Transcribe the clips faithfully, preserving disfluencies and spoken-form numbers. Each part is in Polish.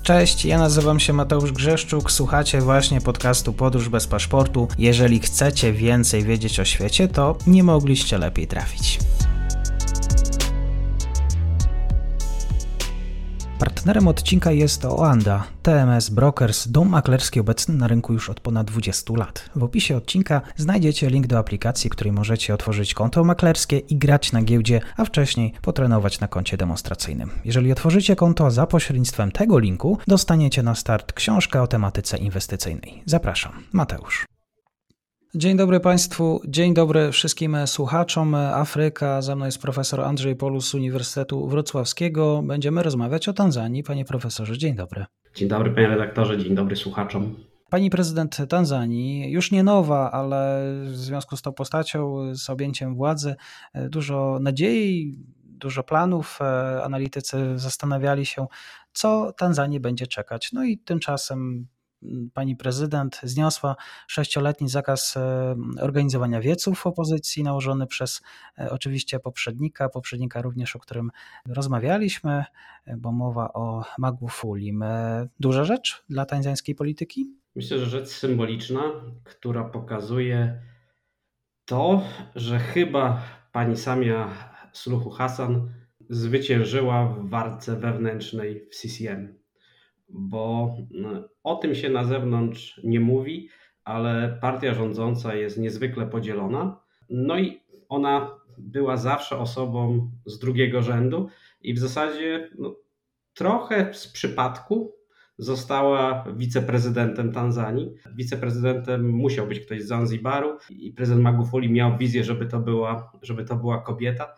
Cześć, ja nazywam się Mateusz Grzeszczuk, słuchacie właśnie podcastu Podróż bez paszportu. Jeżeli chcecie więcej wiedzieć o świecie, to nie mogliście lepiej trafić. Partnerem odcinka jest Oanda, T M S Brokers, dom maklerski obecny na rynku już od ponad dwudziestu lat. W opisie odcinka znajdziecie link do aplikacji, w której możecie otworzyć konto maklerskie i grać na giełdzie, a wcześniej potrenować na koncie demonstracyjnym. Jeżeli otworzycie konto za pośrednictwem tego linku, dostaniecie na start książkę o tematyce inwestycyjnej. Zapraszam, Mateusz. Dzień dobry Państwu, dzień dobry wszystkim słuchaczom. Afryka, ze mną jest profesor Andrzej Polus z Uniwersytetu Wrocławskiego. Będziemy rozmawiać o Tanzanii. Panie profesorze, dzień dobry. Dzień dobry panie redaktorze, dzień dobry słuchaczom. Pani prezydent Tanzanii, już nie nowa, ale w związku z tą postacią, z objęciem władzy, dużo nadziei, dużo planów. Analitycy zastanawiali się, co Tanzanii będzie czekać. No i tymczasem pani prezydent zniosła sześcioletni zakaz organizowania wieców opozycji nałożony przez oczywiście poprzednika, poprzednika również, o którym rozmawialiśmy, bo mowa o Magufulim. Duża rzecz dla tanzańskiej polityki? Myślę, że rzecz symboliczna, która pokazuje to, że chyba pani Samia Suluhu Hassan zwyciężyła w walce wewnętrznej w C C M. Bo o tym się na zewnątrz nie mówi, ale partia rządząca jest niezwykle podzielona. No i ona była zawsze osobą z drugiego rzędu i w zasadzie no, trochę z przypadku została wiceprezydentem Tanzanii. Wiceprezydentem musiał być ktoś z Zanzibaru i prezydent Magufuli miał wizję, żeby to była, żeby to była kobieta.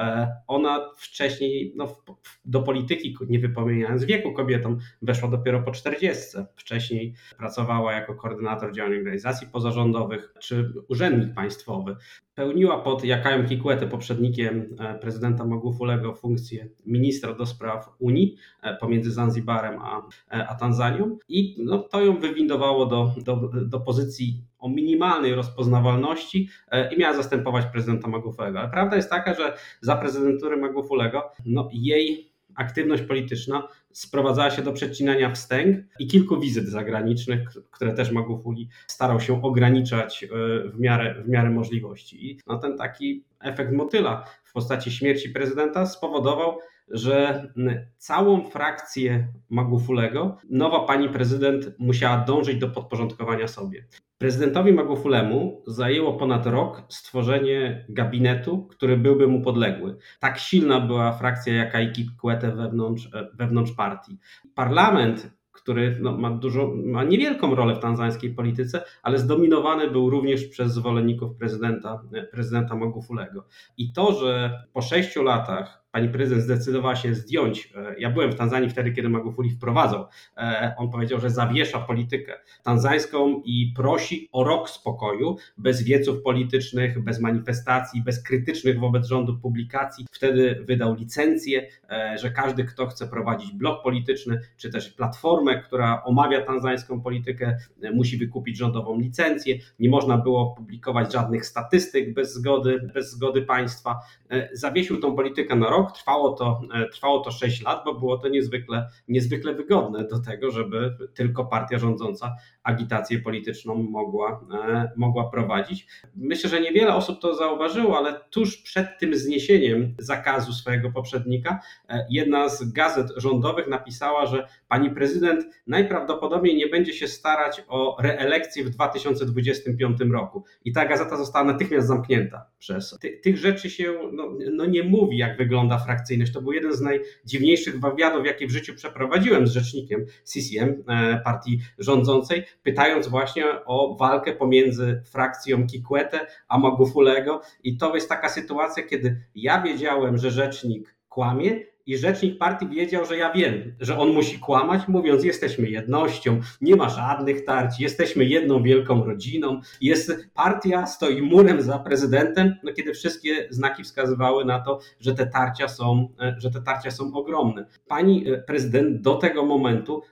Ona wcześniej no, do polityki, nie wypominając wieku kobietom, weszła dopiero po czterdziestce. Wcześniej pracowała jako koordynator działań organizacji pozarządowych czy urzędnik państwowy. Pełniła pod Jakajem Kikwete, poprzednikiem prezydenta Magufulego, funkcję ministra do spraw Unii pomiędzy Zanzibarem a, a Tanzanią i no, to ją wywindowało do, do, do pozycji o minimalnej rozpoznawalności i miała zastępować prezydenta Magufulego. Ale prawda jest taka, że za prezydentury Magufulego no, jej aktywność polityczna sprowadzała się do przecinania wstęg i kilku wizyt zagranicznych, które też Magufuli starał się ograniczać w miarę, w miarę możliwości. I no, ten taki efekt motyla w postaci śmierci prezydenta spowodował, że całą frakcję Magufulego nowa pani prezydent musiała dążyć do podporządkowania sobie. Prezydentowi Magufulemu zajęło ponad rok stworzenie gabinetu, który byłby mu podległy. Tak silna była frakcja Jakaya Kikwete wewnątrz, wewnątrz partii. Parlament, który no, ma, dużo, ma niewielką rolę w tanzańskiej polityce, ale zdominowany był również przez zwolenników prezydenta, prezydenta Magufulego. I to, że po sześciu latach pani prezydent zdecydowała się zdjąć, ja byłem w Tanzanii wtedy, kiedy Magufuli wprowadzał, on powiedział, że zawiesza politykę tanzańską i prosi o rok spokoju, bez wieców politycznych, bez manifestacji, bez krytycznych wobec rządu publikacji. Wtedy wydał licencję, że każdy, kto chce prowadzić blog polityczny, czy też platformę, która omawia tanzańską politykę, musi wykupić rządową licencję. Nie można było publikować żadnych statystyk bez zgody, bez zgody państwa. Zawiesił tą politykę na rok. Trwało to, trwało to sześć lat, bo było to niezwykle, niezwykle wygodne do tego, żeby tylko partia rządząca agitację polityczną mogła, mogła prowadzić. Myślę, że niewiele osób to zauważyło, ale tuż przed tym zniesieniem zakazu swojego poprzednika jedna z gazet rządowych napisała, że pani prezydent najprawdopodobniej nie będzie się starać o reelekcję w dwa tysiące dwudziestym piątym roku. I ta gazeta została natychmiast zamknięta przez. Ty, tych rzeczy się no, no nie mówi, jak wygląda frakcyjność. To był jeden z najdziwniejszych wywiadów, jakie w życiu przeprowadziłem z rzecznikiem C C M, partii rządzącej, pytając właśnie o walkę pomiędzy frakcją Kikwete a Magufulego. I to jest taka sytuacja, kiedy ja wiedziałem, że rzecznik kłamie i rzecznik partii wiedział, że ja wiem, że on musi kłamać, mówiąc, jesteśmy jednością, nie ma żadnych tarć, jesteśmy jedną wielką rodziną, jest, partia stoi murem za prezydentem, no kiedy wszystkie znaki wskazywały na to, że te tarcia są, że te tarcia są ogromne. Pani prezydent do tego momentu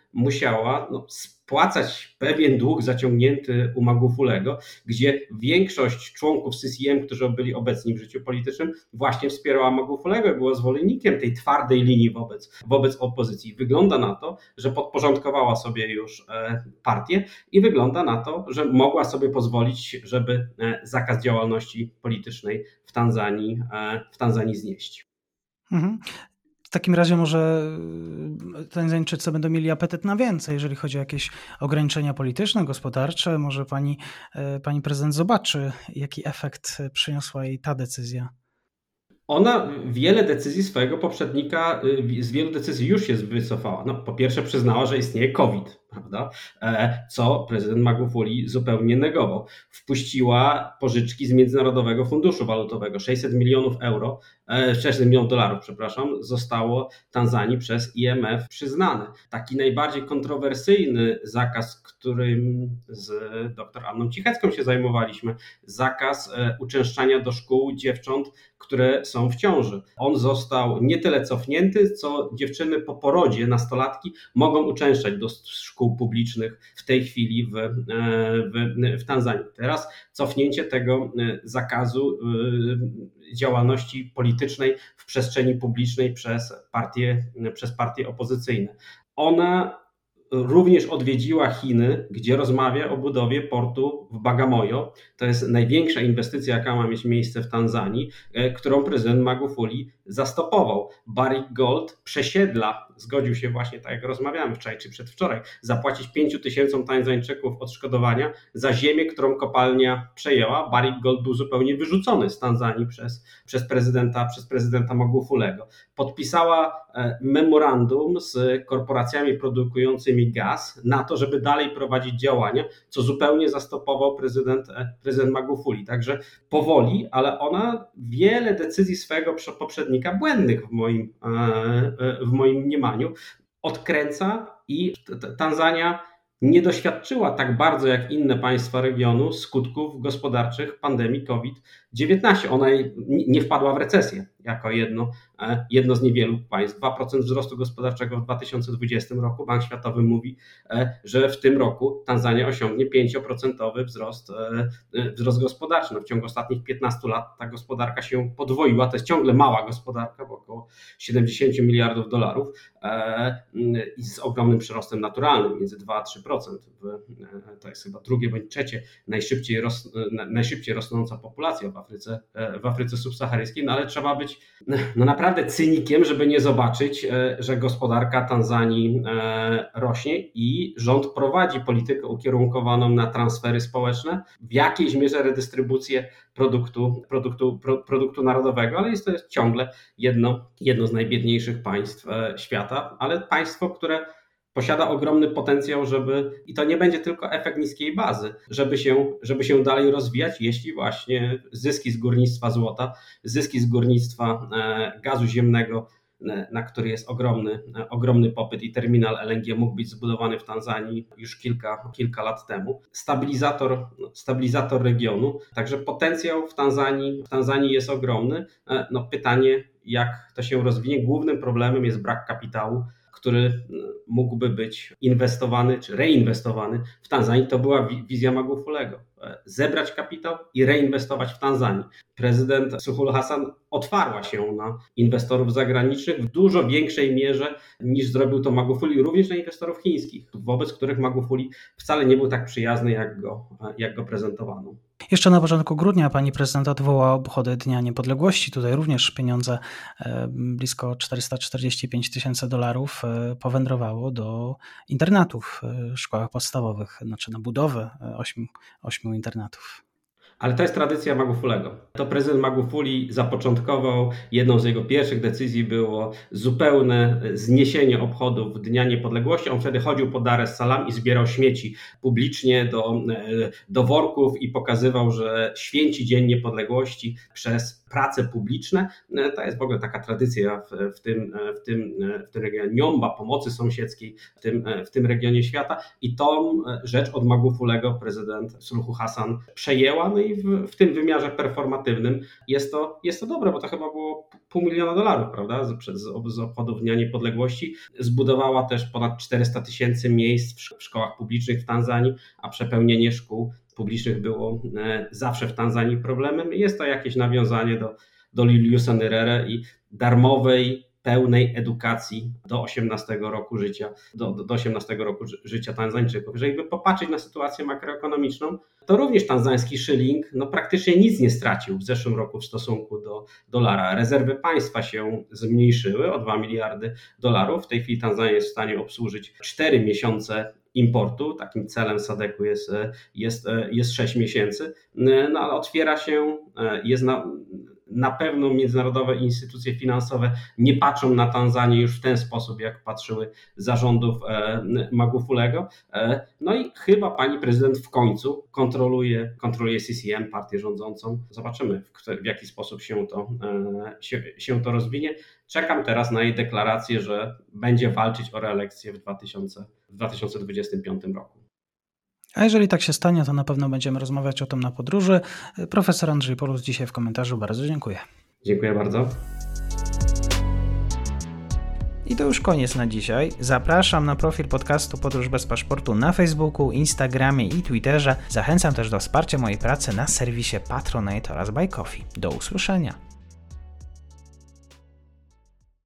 musiała no, spłacać pewien dług zaciągnięty u Magufulego, gdzie większość członków C C M, którzy byli obecni w życiu politycznym, właśnie wspierała Magufulego i była zwolennikiem tej twardej linii wobec, wobec opozycji. Wygląda na to, że podporządkowała sobie już partię i wygląda na to, że mogła sobie pozwolić, żeby zakaz działalności politycznej w Tanzanii, w Tanzanii znieść. Mhm. W takim razie może Tanzańczycy będą mieli apetyt na więcej, jeżeli chodzi o jakieś ograniczenia polityczne, gospodarcze. Może pani, pani prezydent zobaczy, jaki efekt przyniosła jej ta decyzja. Ona wiele decyzji swojego poprzednika, z wielu decyzji już się wycofała. No, po pierwsze przyznała, że istnieje COVID, prawda? Co prezydent Magufuli zupełnie negował. Wpuściła pożyczki z Międzynarodowego Funduszu Walutowego. sześćset milionów euro, sześćset milionów dolarów, przepraszam, zostało Tanzanii przez I M F przyznane. Taki najbardziej kontrowersyjny zakaz, którym z dr Anną Cichecką się zajmowaliśmy, zakaz uczęszczania do szkół dziewcząt, które są w ciąży. On został nie tyle cofnięty, co dziewczyny po porodzie, nastolatki, mogą uczęszczać do szkół publicznych w tej chwili w, w, w Tanzanii. Teraz cofnięcie tego zakazu działalności politycznej w przestrzeni publicznej przez partie, przez partie opozycyjne. Ona również odwiedziła Chiny, gdzie rozmawia o budowie portu w Bagamoyo. To jest największa inwestycja, jaka ma mieć miejsce w Tanzanii, którą prezydent Magufuli zastopował. Barrick Gold przesiedla, zgodził się właśnie, tak jak rozmawiałem wczoraj czy przedwczoraj, zapłacić pięciu tysięcom Tanzańczyków odszkodowania za ziemię, którą kopalnia przejęła. Barrick Gold był zupełnie wyrzucony z Tanzanii przez, przez, prezydenta, przez prezydenta Magufulego. Podpisała memorandum z korporacjami produkującymi gaz na to, żeby dalej prowadzić działania, co zupełnie zastopował prezydent, prezydent Magufuli. Także powoli, ale ona wiele decyzji swojego poprzednika, błędnych w moim, w moim mniemaniu, odkręca i Tanzania nie doświadczyła tak bardzo jak inne państwa regionu skutków gospodarczych pandemii COVID dziewiętnaście. Ona nie wpadła w recesję jako jedno, jedno z niewielu państw. dwa procent wzrostu gospodarczego w dwa tysiące dwudziestym roku. Bank Światowy mówi, że w tym roku Tanzania osiągnie pięć procent wzrost, wzrost gospodarczy. No w ciągu ostatnich piętnastu lat ta gospodarka się podwoiła. To jest ciągle mała gospodarka, bo około siedemdziesiąt miliardów dolarów i z ogromnym przyrostem naturalnym, między dwa a trzy procent. To jest chyba drugie bądź trzecie najszybciej, ros, najszybciej rosnąca populacja w Afryce, w Afryce subsaharyjskiej, no ale trzeba być no naprawdę cynikiem, żeby nie zobaczyć, że gospodarka Tanzanii rośnie i rząd prowadzi politykę ukierunkowaną na transfery społeczne, w jakiejś mierze redystrybucję produktu, produktu, pro, produktu narodowego, ale jest to jest ciągle jedno, jedno z najbiedniejszych państw świata, ale państwo, które posiada ogromny potencjał, żeby, i to nie będzie tylko efekt niskiej bazy, żeby się, żeby się dalej rozwijać, jeśli właśnie zyski z górnictwa złota, zyski z górnictwa gazu ziemnego, na który jest ogromny, ogromny popyt i terminal L N G mógł być zbudowany w Tanzanii już kilka, kilka lat temu. Stabilizator, stabilizator regionu, także potencjał w Tanzanii, w Tanzanii jest ogromny. No pytanie, jak to się rozwinie. Głównym problemem jest brak kapitału, który mógłby być inwestowany czy reinwestowany w Tanzanii. To była wizja Magufulego. Zebrać kapitał i reinwestować w Tanzanii. Prezydent Suluhu Hassan otwarła się na inwestorów zagranicznych w dużo większej mierze niż zrobił to Magufuli, również na inwestorów chińskich, wobec których Magufuli wcale nie był tak przyjazny, jak go, jak go prezentowano. Jeszcze na początku grudnia pani prezydent odwołała obchody Dnia Niepodległości. Tutaj również pieniądze, blisko czterysta czterdzieści pięć tysięcy dolarów, powędrowało do internatów w szkołach podstawowych, znaczy na budowę ośmiu, ośmiu internatów. Ale to jest tradycja Magufulego. To prezydent Magufuli zapoczątkował, jedną z jego pierwszych decyzji było zupełne zniesienie obchodów Dnia Niepodległości. On wtedy chodził po Dar es Salaam i zbierał śmieci publicznie do, do worków i pokazywał, że święci Dzień Niepodległości przez prace publiczne. To jest w ogóle taka tradycja w, w, tym, w, tym, w tym regionie Niomba, pomocy sąsiedzkiej w tym, w tym regionie świata i tą rzecz od Magufulego prezydent Suluhu Hassan przejęła, no i i w, w tym wymiarze performatywnym jest to, jest to dobre, bo to chyba było pół miliona dolarów, prawda, z, z, z obchodów Dnia Niepodległości. Zbudowała też ponad czterysta tysięcy miejsc w, w szkołach publicznych w Tanzanii, a przepełnienie szkół publicznych było e, zawsze w Tanzanii problemem. Jest to jakieś nawiązanie do, do Juliusa Nyerere i darmowej, pełnej edukacji do osiemnastego roku życia, do, do osiemnastego roku życia Tanzańczyków. Jeżeli by popatrzeć na sytuację makroekonomiczną, to również tanzański szyling no, praktycznie nic nie stracił w zeszłym roku w stosunku do dolara. Rezerwy państwa się zmniejszyły o dwa miliardy dolarów. W tej chwili Tanzania jest w stanie obsłużyć cztery miesiące importu. Takim celem sadeku jest, jest, jest sześć miesięcy, no ale otwiera się, jest na Na pewno międzynarodowe instytucje finansowe nie patrzą na Tanzanię już w ten sposób, jak patrzyły zarządów Magufulego. No i chyba pani prezydent w końcu kontroluje, kontroluje C C M, partię rządzącą. Zobaczymy, w, w jaki sposób się to, się, się to rozwinie. Czekam teraz na jej deklarację, że będzie walczyć o reelekcję w, w dwa tysiące dwudziestym piątym roku. A jeżeli tak się stanie, to na pewno będziemy rozmawiać o tym na podróży. Profesor Andrzej Polus dzisiaj w komentarzu. Bardzo dziękuję. Dziękuję bardzo. I to już koniec na dzisiaj. Zapraszam na profil podcastu Podróż bez paszportu na Facebooku, Instagramie i Twitterze. Zachęcam też do wsparcia mojej pracy na serwisie Patronite oraz Buy Coffee. Do usłyszenia.